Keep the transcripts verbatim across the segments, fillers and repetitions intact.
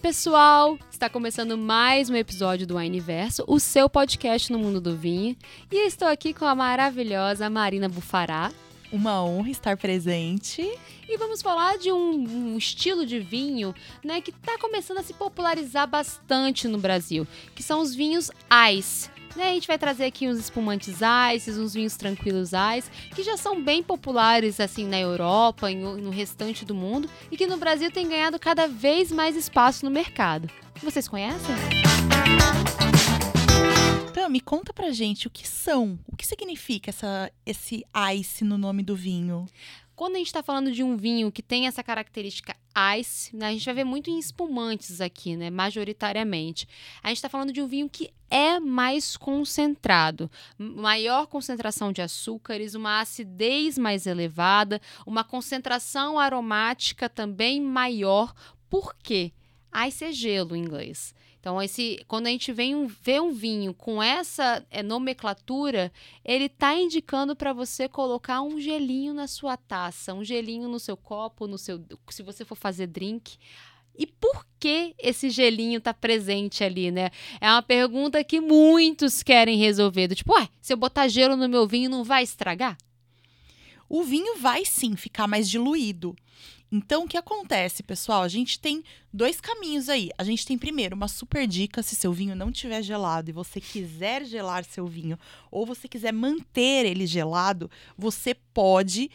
pessoal! Está começando mais um episódio do Wineverso, o seu podcast no mundo do vinho. E eu estou aqui com a maravilhosa Marina Bufará. Uma honra estar presente. E vamos falar de um, um estilo de vinho, né, que está começando a se popularizar bastante no Brasil, que são os vinhos ice. Né, a gente vai trazer aqui uns espumantes ice, uns vinhos tranquilos ice, que já são bem populares assim na Europa e no restante do mundo, e que no Brasil tem ganhado cada vez mais espaço no mercado. Vocês conhecem? Então, me conta pra gente o que são, o que significa essa, esse ice no nome do vinho? Quando a gente está falando de um vinho que tem essa característica ice, né, a gente vai ver muito em espumantes aqui, né, majoritariamente. A gente está falando de um vinho que é mais concentrado, maior concentração de açúcares, uma acidez mais elevada, uma concentração aromática também maior. Por quê? Ice é gelo em inglês. Então, esse, quando a gente vem um, vê um vinho com essa é, nomenclatura, ele está indicando para você colocar um gelinho na sua taça, um gelinho no seu copo, no seu, se você for fazer drink. E por que esse gelinho está presente ali, né? É uma pergunta que muitos querem resolver. Do tipo, ué, se eu botar gelo no meu vinho, não vai estragar? O vinho vai sim ficar mais diluído. Então, o que acontece, pessoal? A gente tem dois caminhos aí. A gente tem, primeiro, uma super dica, se seu vinho não estiver gelado e você quiser gelar seu vinho, ou você quiser manter ele gelado, você pode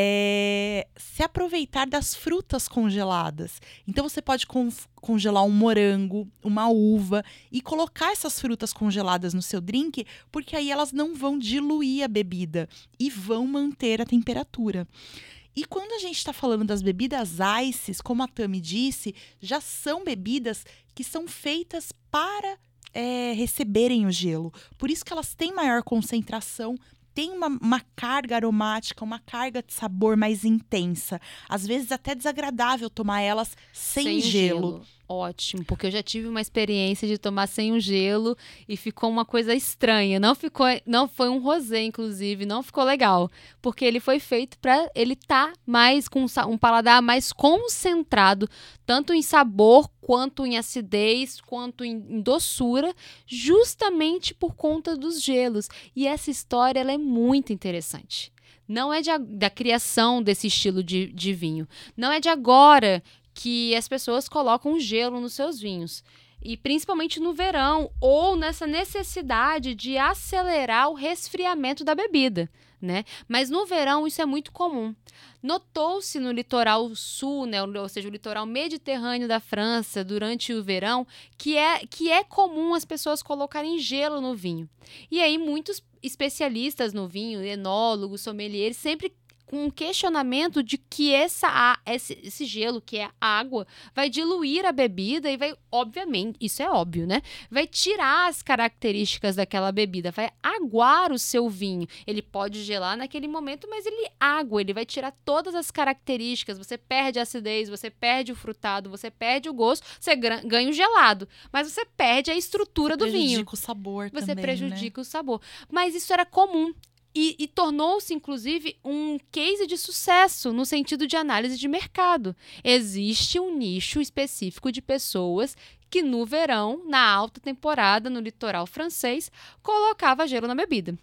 é, se aproveitar das frutas congeladas. Então, você pode con- congelar um morango, uma uva e colocar essas frutas congeladas no seu drink, porque aí elas não vão diluir a bebida e vão manter a temperatura. E quando a gente está falando das bebidas ices, como a Tami disse, já são bebidas que são feitas para é, receberem o gelo. Por isso que elas têm maior concentração, têm uma, uma carga aromática, uma carga de sabor mais intensa. Às vezes até desagradável tomar elas sem, sem gelo. gelo. Ótimo, porque eu já tive uma experiência de tomar sem o gelo e ficou uma coisa estranha. Não ficou, não foi um rosé, inclusive, não ficou legal, porque ele foi feito para ele tá mais com um paladar mais concentrado, tanto em sabor quanto em acidez, quanto em, em doçura, justamente por conta dos gelos. E essa história ela é muito interessante. Não é de, da criação desse estilo de, de vinho, não é de agora que as pessoas colocam gelo nos seus vinhos. E principalmente no verão, ou nessa necessidade de acelerar o resfriamento da bebida, né? Mas no verão isso é muito comum. Notou-se no litoral sul, né, ou seja, o litoral mediterrâneo da França, durante o verão, que é, que é comum as pessoas colocarem gelo no vinho. E aí muitos especialistas no vinho, enólogos, sommeliers, sempre com um questionamento de que essa, esse, esse gelo, que é água, vai diluir a bebida e vai, obviamente, isso é óbvio, né? Vai tirar as características daquela bebida, vai aguar o seu vinho. Ele pode gelar naquele momento, mas ele água, ele vai tirar todas as características. Você perde a acidez, você perde o frutado, você perde o gosto, você ganha o gelado, mas você perde a estrutura do vinho. Você prejudica o sabor Você também, prejudica né? o sabor. Mas isso era comum. E, e tornou-se, inclusive, um case de sucesso no sentido de análise de mercado. Existe um nicho específico de pessoas que no verão, na alta temporada, no litoral francês, colocava gelo na bebida.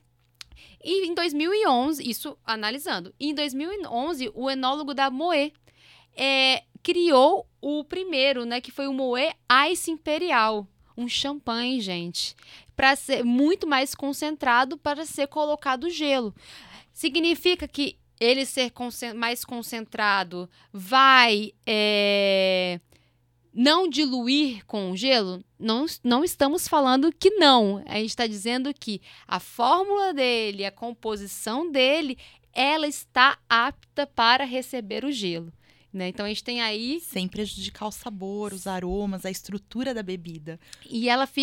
E em dois mil e onze, isso analisando, em dois mil e onze, o enólogo da Moët é, criou o primeiro, né, que foi o Moët Ice Imperial. Um champanhe, gente, para ser muito mais concentrado para ser colocado gelo. Significa que ele ser mais concentrado vai é, não diluir com o gelo? Não, não estamos falando que não. A gente está dizendo que a fórmula dele, a composição dele, ela está apta para receber o gelo. Né? Então, a gente tem aí... Sem prejudicar o sabor, os aromas, a estrutura da bebida. E ela fica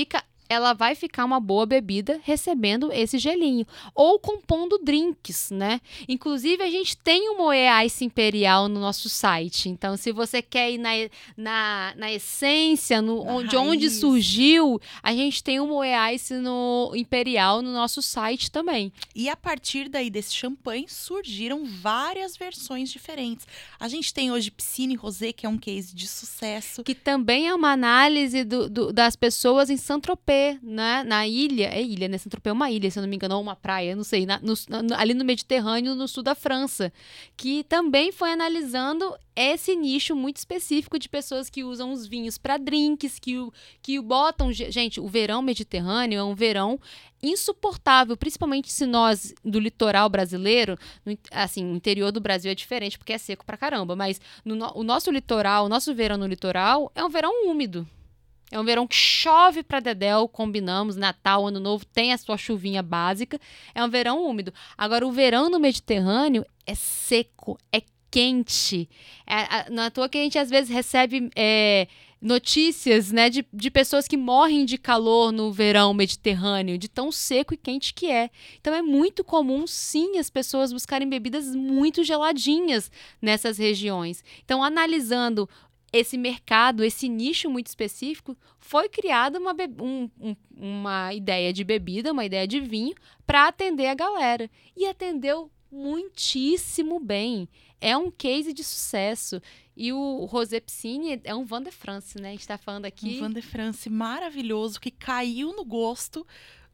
ela vai ficar uma boa bebida recebendo esse gelinho. Ou compondo drinks, né? Inclusive, a gente tem um Moe Ice Imperial no nosso site. Então, se você quer ir na, na, na essência, no, Na de onde raiz. surgiu, a gente tem um Moe Ice no Imperial no nosso site também. E a partir daí desse champanhe surgiram várias versões diferentes. A gente tem hoje Piscine Rosé, que é um case de sucesso. Que também é uma análise do, do, das pessoas em Saint-Tropez, né? Na ilha, é ilha, né? Saint-Tropez é uma ilha, se eu não me engano, ou uma praia, não sei, na, no, na, ali no Mediterrâneo, no sul da França, que também foi analisando esse nicho muito específico de pessoas que usam os vinhos para drinks, que, o, que o botam... Gente, o verão mediterrâneo é um verão insuportável, principalmente se nós, do litoral brasileiro, no, assim, o interior do Brasil é diferente, porque é seco pra caramba, mas no, o nosso litoral, o nosso verão no litoral é um verão úmido. É um verão que chove pra dedéu, combinamos, Natal, Ano Novo, tem a sua chuvinha básica, é um verão úmido. Agora, o verão no Mediterrâneo é seco, é quente. É, não é à toa que a gente, às vezes, recebe é, notícias, né, de, de pessoas que morrem de calor no verão mediterrâneo, de tão seco e quente que é. Então, é muito comum, sim, as pessoas buscarem bebidas muito geladinhas nessas regiões. Então, analisando esse mercado, esse nicho muito específico, foi criada uma, um, um, uma ideia de bebida, uma ideia de vinho, para atender a galera. E atendeu muitíssimo bem. É um case de sucesso. E o Rosé Piscine é um Vin de France, né? A gente está falando aqui... Um Vin de France maravilhoso, que caiu no gosto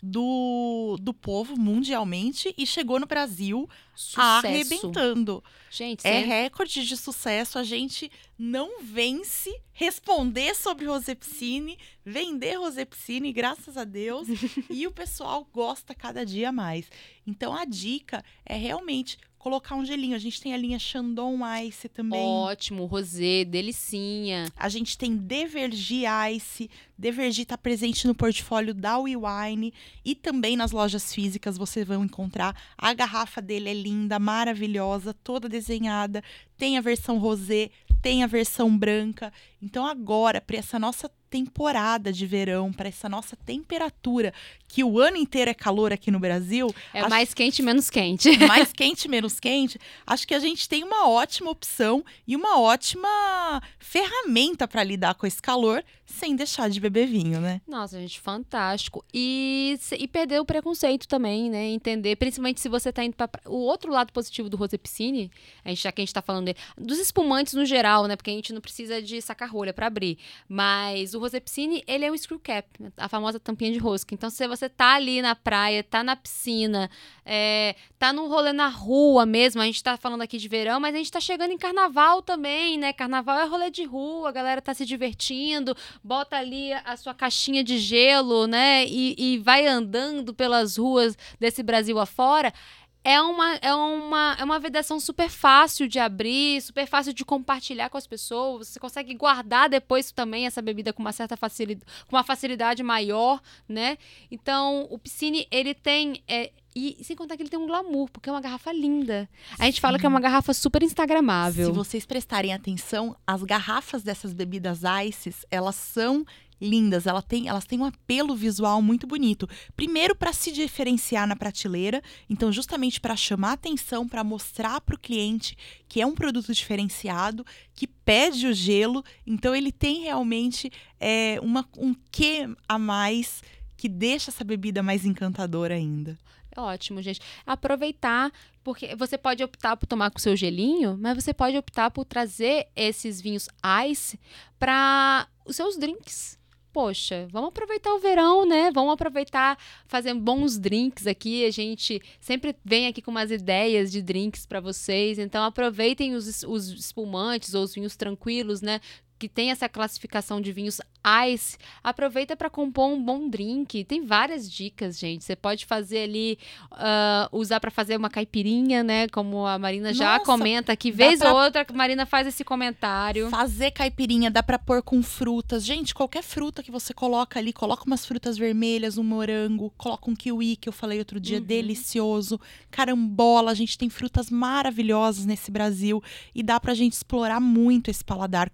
do, do povo mundialmente e chegou no Brasil Sucesso. Arrebentando. Gente, é sempre... recorde de sucesso. A gente não vence responder sobre Rosé Piscine, vender Rosé Piscine, graças a Deus. E o pessoal gosta cada dia mais. Então, a dica é realmente colocar um gelinho. A gente tem a linha Chandon Ice também. Ótimo, rosé, delicinha. A gente tem Devergy Ice. Devergy está presente no portfólio da WeWine e também nas lojas físicas vocês vão encontrar. A garrafa dele é linda, maravilhosa, toda desenhada. Tem a versão rosé, tem a versão branca. Então agora, para essa nossa temporada de verão, para essa nossa temperatura, que o ano inteiro é calor aqui no Brasil... É acho... mais quente, menos quente. Mais quente, menos quente. Acho que a gente tem uma ótima opção e uma ótima ferramenta para lidar com esse calor sem deixar de beber vinho, né? Nossa, gente, fantástico. E, e perder o preconceito também, né? Entender, principalmente se você tá indo para o outro lado positivo do Rosé Piscine, a gente, já que a gente tá falando de, dos espumantes no geral, né? Porque a gente não precisa de sacar rolha para abrir. Mas o Rosé Piscine, ele é um screw cap, a famosa tampinha de rosca. Então, se você tá ali na praia, tá na piscina, é, tá num rolê na rua mesmo, a gente tá falando aqui de verão, mas a gente tá chegando em carnaval também, né? Carnaval é rolê de rua, a galera tá se divertindo, bota ali a sua caixinha de gelo, né? E, e vai andando pelas ruas desse Brasil afora. É uma, é, uma, é uma vedação super fácil de abrir, super fácil de compartilhar com as pessoas. Você consegue guardar depois também essa bebida com uma certa facilidade, com uma facilidade maior, né? Então, o Piscine, ele tem... É, e sem contar que ele tem um glamour, porque é uma garrafa linda. A gente Sim. fala que é uma garrafa super instagramável. Se vocês prestarem atenção, as garrafas dessas bebidas ices, elas são... lindas, ela tem, elas têm um apelo visual muito bonito. Primeiro, para se diferenciar na prateleira, então justamente para chamar atenção, para mostrar para o cliente que é um produto diferenciado, que pede o gelo, então ele tem realmente é, uma, um quê a mais que deixa essa bebida mais encantadora ainda. Ótimo, gente. Aproveitar, porque você pode optar por tomar com o seu gelinho, mas você pode optar por trazer esses vinhos ice para os seus drinks. Poxa, vamos aproveitar o verão, né? Vamos aproveitar, fazer bons drinks aqui. A gente sempre vem aqui com umas ideias de drinks para vocês. Então, aproveitem os, os espumantes ou os vinhos tranquilos, né? Que tem essa classificação de vinhos ice, aproveita para compor um bom drink. Tem várias dicas, gente. Você pode fazer ali, uh, usar para fazer uma caipirinha, né? Como a Marina já Nossa, comenta aqui, vez pra... ou outra, a Marina faz esse comentário. Fazer caipirinha dá para pôr com frutas. Gente, qualquer fruta que você coloca ali, coloca umas frutas vermelhas, um morango, coloca um kiwi, que eu falei outro dia, uhum. delicioso. Carambola, a gente tem frutas maravilhosas nesse Brasil e dá pra gente explorar muito esse paladar com esses espumantes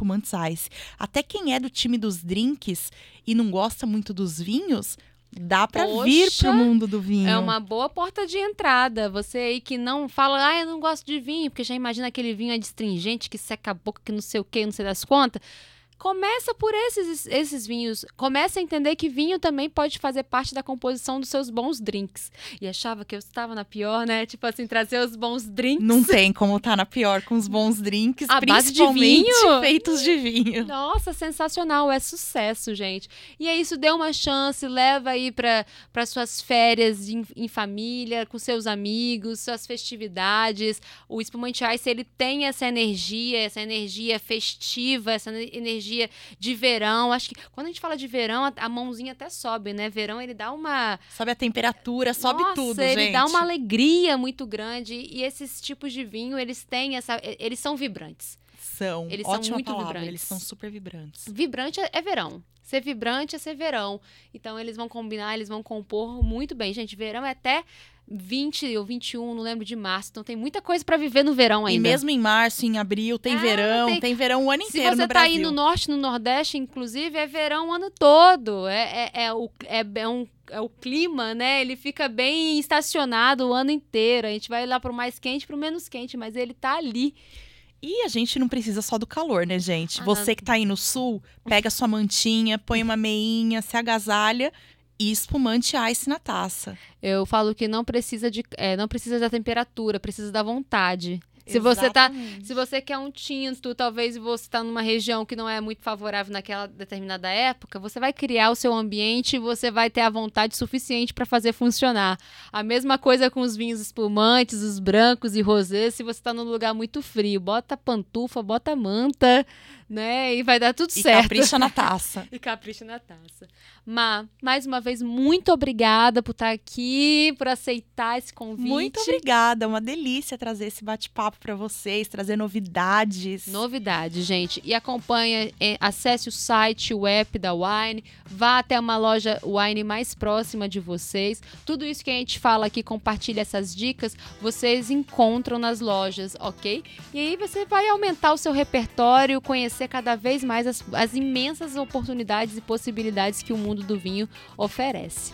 Espumantes Ice. Até quem é do time dos drinks e não gosta muito dos vinhos, dá pra Poxa, vir pro mundo do vinho. É uma boa porta de entrada. Você aí que não fala, ah, eu não gosto de vinho, porque já imagina aquele vinho adstringente que seca a boca, que não sei o que, não sei das contas. Começa por esses, esses vinhos. Começa a entender que vinho também pode fazer parte da composição dos seus bons drinks. E achava que eu estava na pior, né? Tipo assim, trazer os bons drinks. Não tem como estar na pior com os bons drinks, À base de principalmente vinho? feitos de vinho. Nossa, sensacional, é sucesso, gente. E é isso, dê uma chance, leva aí para para suas férias em, em família, com seus amigos, suas festividades. O Espumante Ice, ele tem essa energia, essa energia festiva, essa energia de verão. Acho que quando a gente fala de verão, a, a mãozinha até sobe, né? Verão, ele dá uma... Sobe a temperatura, sobe Nossa, tudo, ele gente. dá uma alegria muito grande. E esses tipos de vinho, eles têm essa... Eles são vibrantes. São, Eles são ótima muito palavra, vibrantes. eles são super vibrantes. Vibrante é, é verão. Ser vibrante é ser verão. Então, eles vão combinar, eles vão compor muito bem. Gente, verão é até vinte ou vinte e um, não lembro, de março. Então, tem muita coisa pra viver no verão ainda. E mesmo em março, em abril, tem Ah, verão, tem- tem... verão o ano Se inteiro você no tá Brasil. aí no norte, no nordeste, inclusive, é verão o ano todo. É, é, é, o, é, é um, é o clima, né? Ele fica bem estacionado o ano inteiro. A gente vai lá pro mais quente, pro menos quente, mas ele tá ali. E a gente não precisa só do calor, né, gente? Ah, Você não. que tá aí no sul, pega sua mantinha, põe uma meinha, se agasalha e espumante ice na taça. Eu falo que não precisa de, é, não precisa da temperatura, precisa da vontade. Se você tá, Exatamente. se você quer um tinto, talvez você está numa região que não é muito favorável naquela determinada época, você vai criar o seu ambiente e você vai ter a vontade suficiente para fazer funcionar. A mesma coisa com os vinhos espumantes, os brancos e rosés, se você está num lugar muito frio, bota pantufa, bota manta, né? E vai dar tudo E certo. capricha na taça. E capricha na taça. Má, mais uma vez, muito obrigada por estar aqui, por aceitar esse convite. Muito obrigada, uma delícia trazer esse bate-papo para vocês, trazer novidades. Novidade, gente. E acompanha, é, acesse o site, o app da Wine, vá até uma loja Wine mais próxima de vocês. Tudo isso que a gente fala aqui, compartilha essas dicas, vocês encontram nas lojas, ok? E aí você vai aumentar o seu repertório, conhecer cada vez mais as, as imensas oportunidades e possibilidades que o mundo do vinho oferece.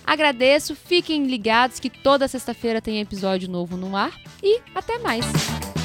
Agradeço, fiquem ligados que toda sexta-feira tem episódio novo no ar e até mais!